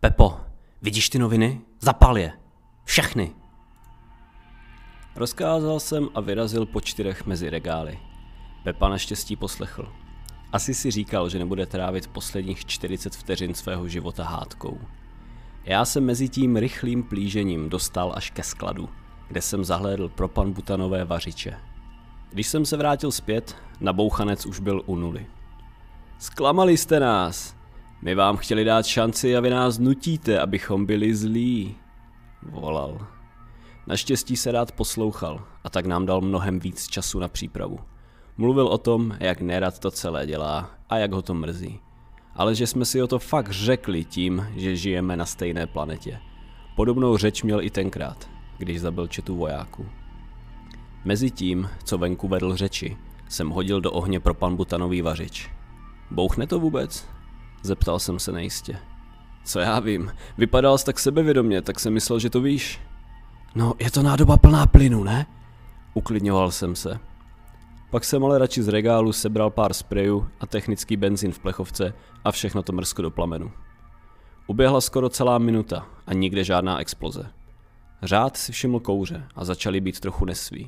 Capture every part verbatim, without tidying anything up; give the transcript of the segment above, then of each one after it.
Pepo, vidíš ty noviny? Zapal je. Všechny. Rozkázal jsem a vyrazil po čtyřech mezi regály. Pepa naštěstí poslechl. Asi si říkal, že nebude trávit posledních čtyřicet vteřin svého života hádkou. Já jsem mezi tím rychlým plížením dostal až ke skladu, kde jsem zahlédl propanbutanové vařiče. Když jsem se vrátil zpět, nabouchanec už byl u nuly. Zklamali jste nás. My vám chtěli dát šanci a vy nás nutíte, abychom byli zlí, volal. Naštěstí se rád poslouchal a tak nám dal mnohem víc času na přípravu. Mluvil o tom, jak nerad to celé dělá a jak ho to mrzí. Ale že jsme si o to fakt řekli tím, že žijeme na stejné planetě. Podobnou řeč měl i tenkrát, když zabil četu vojáků. Mezi tím, co venku vedl řeči, jsem hodil do ohně propanbutanový vařič. Bouchne to vůbec? Zeptal jsem se nejistě. Co já vím, vypadal jsi tak sebevědomě, tak jsem myslel, že to víš. No, je to nádoba plná plynu, ne? Uklidňoval jsem se. Pak jsem ale radši z regálu sebral pár sprejů a technický benzín v plechovce a všechno to mrzko do plamenu. Uběhla skoro celá minuta a nikde žádná exploze. Řád si všiml kouře a začali být trochu nesví.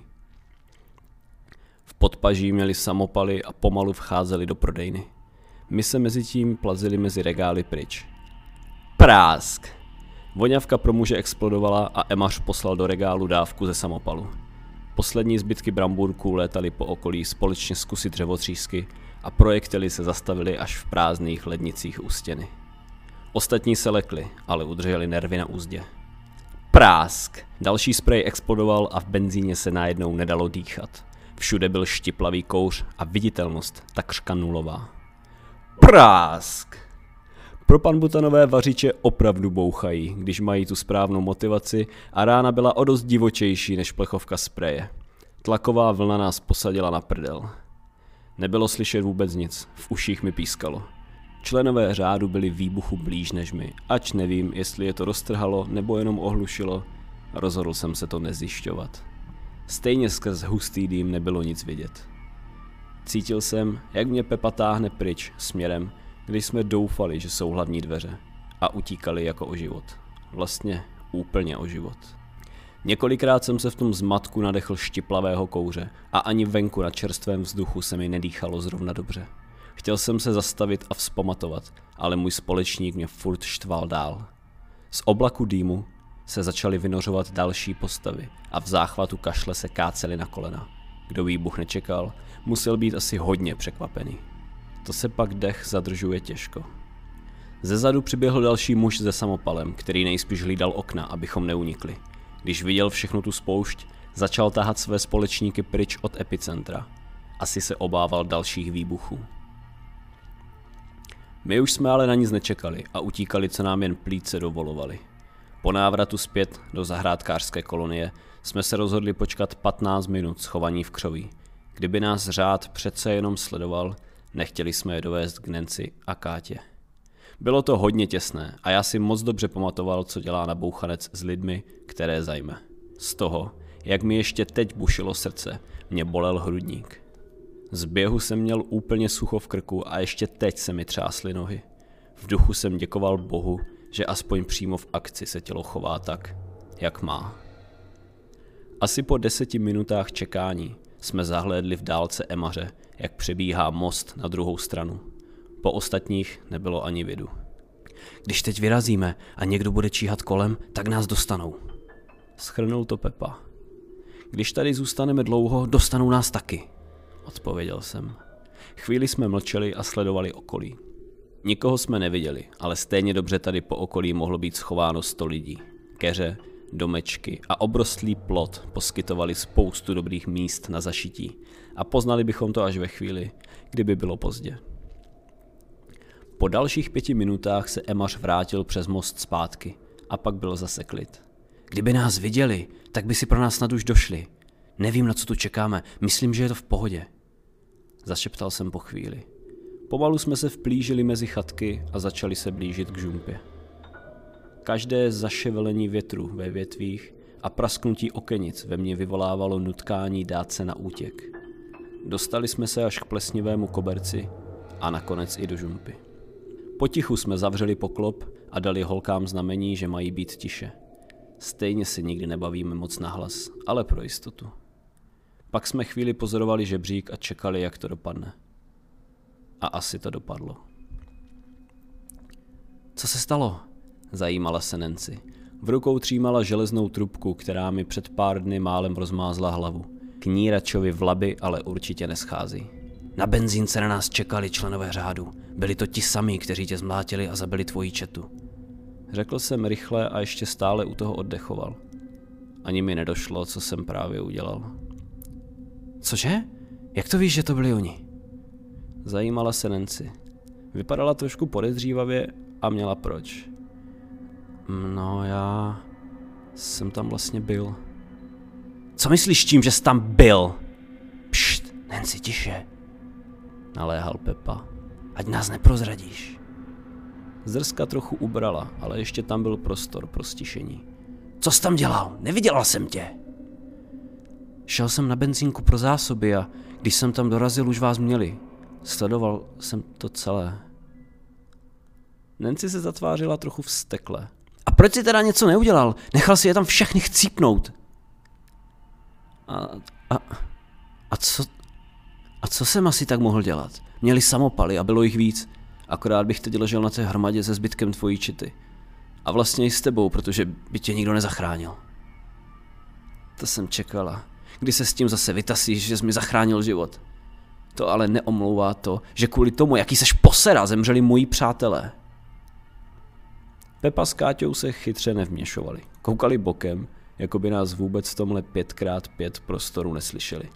V podpaží měli samopaly a pomalu vcházeli do prodejny. My se mezi tím plazili mezi regály pryč. Prásk! Voňavka pro muže explodovala a Emař poslal do regálu dávku ze samopalu. Poslední zbytky brambůrků létaly po okolí společně s kusy dřevotřísky a projektily se zastavily až v prázdných lednicích u stěny. Ostatní se lekli, ale udrželi nervy na úzdě. Prásk! Další sprej explodoval a v benzíně se najednou nedalo dýchat. Všude byl štiplavý kouř a viditelnost takřka nulová. Prásk! Propanbutanové vařiče opravdu bouchají, když mají tu správnou motivaci a rána byla o dost divočejší než plechovka spreje. Tlaková vlna nás posadila na prdel. Nebylo slyšet vůbec nic, v uších mi pískalo. Členové řádu byli výbuchu blíž než my, ač nevím, jestli je to roztrhalo nebo jenom ohlušilo, rozhodl jsem se to nezjišťovat. Stejně skrz hustý dým nebylo nic vidět. Cítil jsem, jak mě Pepa táhne pryč směrem, když jsme doufali, že jsou hlavní dveře a utíkali jako o život. Vlastně úplně o život. Několikrát jsem se v tom zmatku nadechl štiplavého kouře a ani venku na čerstvém vzduchu se mi nedýchalo zrovna dobře. Chtěl jsem se zastavit a vzpamatovat, ale můj společník mě furt štval dál. Z oblaku dýmu se začaly vynořovat další postavy a v záchvatu kašle se káceli na kolena. Kdo výbuch nečekal, musel být asi hodně překvapený. To se pak dech zadržuje těžko. Zezadu přiběhl další muž se samopalem, který nejspíš hlídal okna, abychom neunikli. Když viděl všechnu tu spoušť, začal tahat své společníky pryč od epicentra. Asi se obával dalších výbuchů. My už jsme ale na nic nečekali a utíkali, co nám jen plíce dovolovali. Po návratu zpět do zahrádkářské kolonie jsme se rozhodli počkat patnáct minut schovaní v křoví. Kdyby nás řád přece jenom sledoval, nechtěli jsme je dovést k Nancy a Kátě. Bylo to hodně těsné a já si moc dobře pamatoval, co dělá nabouchanec s lidmi, které zajme. Z toho, jak mi ještě teď bušilo srdce, mě bolel hrudník. Z běhu jsem měl úplně sucho v krku a ještě teď se mi třásly nohy. V duchu jsem děkoval Bohu, že aspoň přímo v akci se tělo chová tak, jak má. Asi po deseti minutách čekání jsme zahlédli v dálce Emaře, jak přebíhá most na druhou stranu. Po ostatních nebylo ani vidu. Když teď vyrazíme a někdo bude číhat kolem, tak nás dostanou. Shrnul to Pepa. Když tady zůstaneme dlouho, dostanou nás taky, odpověděl jsem. Chvíli jsme mlčeli a sledovali okolí. Nikoho jsme neviděli, ale stejně dobře tady po okolí mohlo být schováno sto lidí. Keře, domečky a obrostlý plot poskytovali spoustu dobrých míst na zašití a poznali bychom to až ve chvíli, kdyby bylo pozdě. Po dalších pěti minutách se Emař vrátil přes most zpátky a pak byl zase klid. Kdyby nás viděli, tak by si pro nás snad už došli. Nevím, na co tu čekáme, myslím, že je to v pohodě. Zašeptal jsem po chvíli. Pomalu jsme se vplížili mezi chatky a začali se blížit k žumpě. Každé zaševelení větru ve větvích a prasknutí okenic ve mně vyvolávalo nutkání dát se na útěk. Dostali jsme se až k plesnivému koberci a nakonec i do žumpy. Potichu jsme zavřeli poklop a dali holkám znamení, že mají být tiše. Stejně si nikdy nebavíme moc nahlas, ale pro jistotu. Pak jsme chvíli pozorovali žebřík a čekali, jak to dopadne. A asi to dopadlo. Co se stalo? Zajímala se Nancy. V rukou třímala železnou trubku, která mi před pár dny málem rozmázla hlavu. Kníračovi v labi ale určitě neschází. Na benzínce na nás čekali členové řádu. Byli to ti samí, kteří tě zmlátili a zabili tvoji četu. Řekl jsem rychle a ještě stále u toho oddechoval. Ani mi nedošlo, co jsem právě udělal. Cože? Jak to víš, že to byli oni? Zajímala se Nancy. Vypadala trošku podezřívavě a měla proč. No já jsem tam vlastně byl. Co myslíš tím, že jsi tam byl? Pšt, Nancy, tiše. Naléhal Pepa. Ať nás neprozradíš. Zrska trochu ubrala, ale ještě tam byl prostor pro stišení. Co jsi tam dělal? Neviděla jsem tě. Šel jsem na benzínku pro zásoby a když jsem tam dorazil, už vás měli. Sledoval jsem to celé. Nancy se zatvářila trochu vztekle. A proč jsi teda něco neudělal? Nechal si je tam všechny chcípnout. A, a, a co, a co jsem asi tak mohl dělat? Měli samopaly a bylo jich víc. Akorát bych teď ležel na té hromadě se zbytkem tvojí čity. A vlastně i s tebou, protože by tě nikdo nezachránil. To jsem čekala. Kdy se s tím zase vytasíš, že jsi mi zachránil život. To ale neomlouvá to, že kvůli tomu, jaký seš posera, zemřeli moji přátelé. Pepa s Káťou se chytře nevměšovali. Koukali bokem, jako by nás vůbec v tomhle pět krát pět prostoru neslyšeli.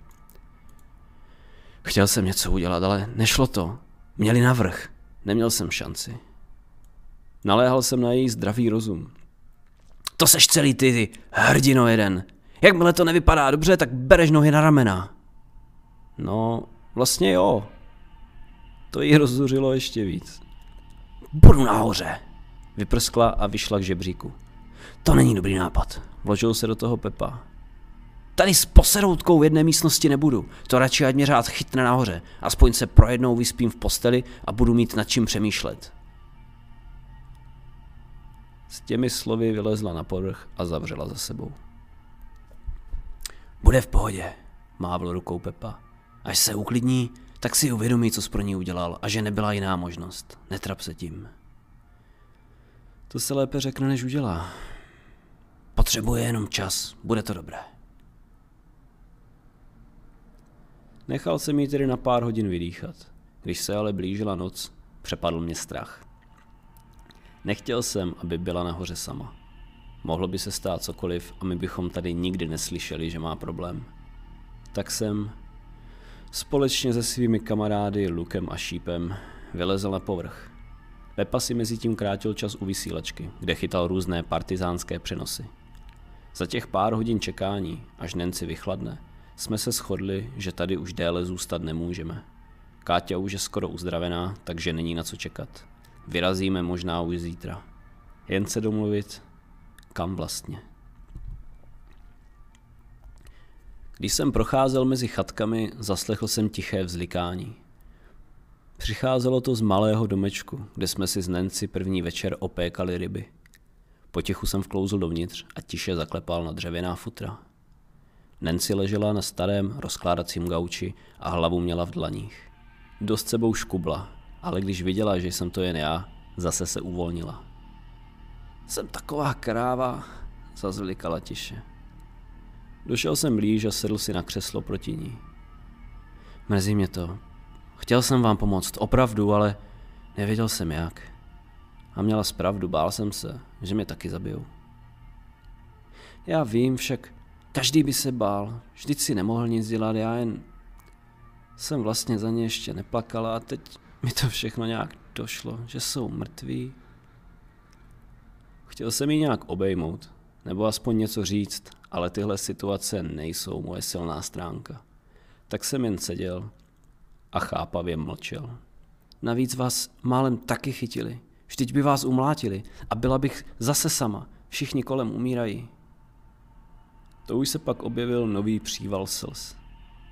Chtěl jsem něco udělat, ale nešlo to. Měli navrch. Neměl jsem šanci. Naléhal jsem na její zdravý rozum. To seš celý ty, ty hrdino jeden. Jakmile to nevypadá dobře, tak bereš nohy na ramena. No, vlastně jo. To jí rozzuřilo ještě víc. Budu nahoře, vyprskla a vyšla k žebříku. To není dobrý nápad, vložil se do toho Pepa. Tady s poseroutkou v jedné místnosti nebudu. To radši ať mě řád chytne nahoře. Aspoň se pro jednou vyspím v posteli a budu mít nad čím přemýšlet. S těmi slovy vylezla na povrch a zavřela za sebou. Bude v pohodě, mávl rukou Pepa. Až se uklidní, tak si uvědomí, co jsi pro ní udělal a že nebyla jiná možnost. Netrap se tím. To se lépe řekne, než udělá. Potřebuje jenom čas, bude to dobré. Nechal jsem jí tedy na pár hodin vydýchat. Když se ale blížila noc, přepadl mě strach. Nechtěl jsem, aby byla nahoře sama. Mohlo by se stát cokoliv a my bychom tady nikdy neslyšeli, že má problém. Tak jsem společně se svými kamarády Lukem a Šípem vylezl na povrch. Pepa si mezi tím krátil čas u vysílačky, kde chytal různé partizánské přenosy. Za těch pár hodin čekání, až Nancy vychladne, jsme se shodli, že tady už déle zůstat nemůžeme. Káťa už je skoro uzdravená, takže není na co čekat. Vyrazíme možná už zítra. Jen se domluvit, kam vlastně. Když jsem procházel mezi chatkami, zaslechl jsem tiché vzlikání. Přicházelo to z malého domečku, kde jsme si s Nancy první večer opékali ryby. Potichu jsem vklouzl dovnitř a tiše zaklepal na dřevěná futra. Nancy ležela na starém rozkládacím gauči a hlavu měla v dlaních. Dost sebou škubla, ale když viděla, že jsem to jen já, zase se uvolnila. Jsem taková kráva, zazvlikala tiše. Došel jsem blíž a sedl si na křeslo proti ní. Mrzí mě to. Chtěl jsem vám pomoct, opravdu, ale nevěděl jsem jak. A měla zpravdu, bál jsem se, že mě taky zabijou. Já vím, však každý by se bál, vždyť si nemohl nic dělat, já jen jsem vlastně za ně ještě neplakala a teď mi to všechno nějak došlo, že jsou mrtví. Chtěl jsem jí nějak obejmout, nebo aspoň něco říct, ale tyhle situace nejsou moje silná stránka. Tak jsem jen seděl a chápavě mlčel. Navíc vás málem taky chytili, vždyť by vás umlátili a byla bych zase sama, všichni kolem umírají. To už se pak objevil nový příval slz.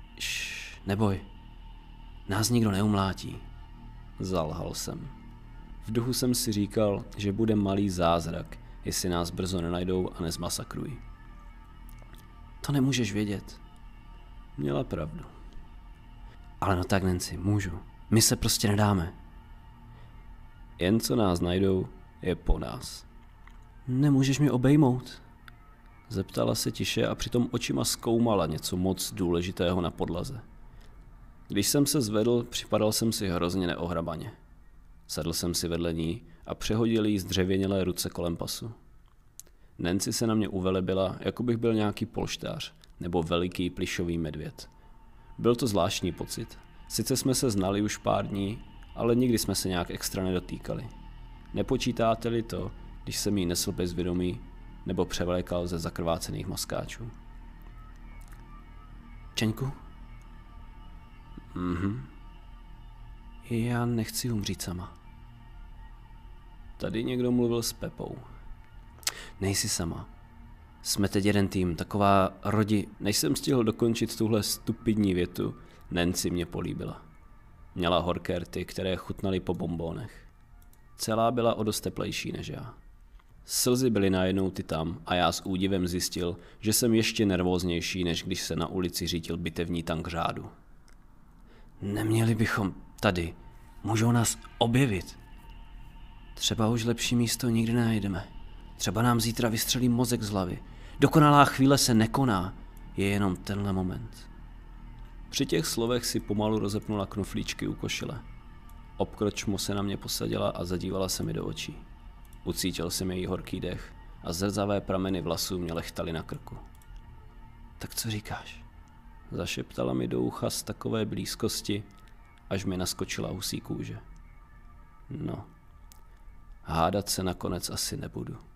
Šš, neboj, nás nikdo neumlátí, zalhal jsem. V duchu jsem si říkal, že bude malý zázrak, jestli nás brzo nenajdou a nezmasakrují. To nemůžeš vědět. Měla pravdu. Ale no tak, Nancy, můžu. My se prostě nedáme. Jen co nás najdou, je po nás. Nemůžeš mě obejmout? Zeptala se tiše a přitom očima zkoumala něco moc důležitého na podlaze. Když jsem se zvedl, připadal jsem si hrozně neohrabaně. Sedl jsem si vedle ní a přehodil jí zdřevěnělé ruce kolem pasu. Nancy se na mě uvelebila, jako bych byl nějaký polštář nebo veliký plyšový medvěd. Byl to zvláštní pocit. Sice jsme se znali už pár dní, ale nikdy jsme se nějak extra nedotýkali. Nepočítáte-li to, když jsem jí nesl bez vědomí nebo převlékal ze zakrvácených moskáčů. Čeňku? Mhm. Já nechci umřít sama. Tady někdo mluvil s Pepou. Nejsi sama. Jsme teď jeden tým, taková rodi... Než jsem stihl dokončit tuhle stupidní větu, Nancy mě políbila. Měla horké rty, které chutnaly po bombónech. Celá byla o dost teplejší než já. Slzy byly najednou ty tam a já s údivem zjistil, že jsem ještě nervóznější, než když se na ulici řítil bitevní tank řádu. Neměli bychom tady. Můžou nás objevit. Třeba už lepší místo nikdy nenajdeme. Třeba nám zítra vystřelí mozek z hlavy. Dokonalá chvíle se nekoná. Je jenom tenhle moment. Při těch slovech si pomalu rozepnula knoflíčky u košile. Obkročmo se na mě posadila a zadívala se mi do očí. Ucítil jsem její horký dech a zrzavé prameny vlasů mě lechtaly na krku. Tak co říkáš? Zašeptala mi do ucha z takové blízkosti, až mi naskočila husí kůže. No, hádat se nakonec asi nebudu.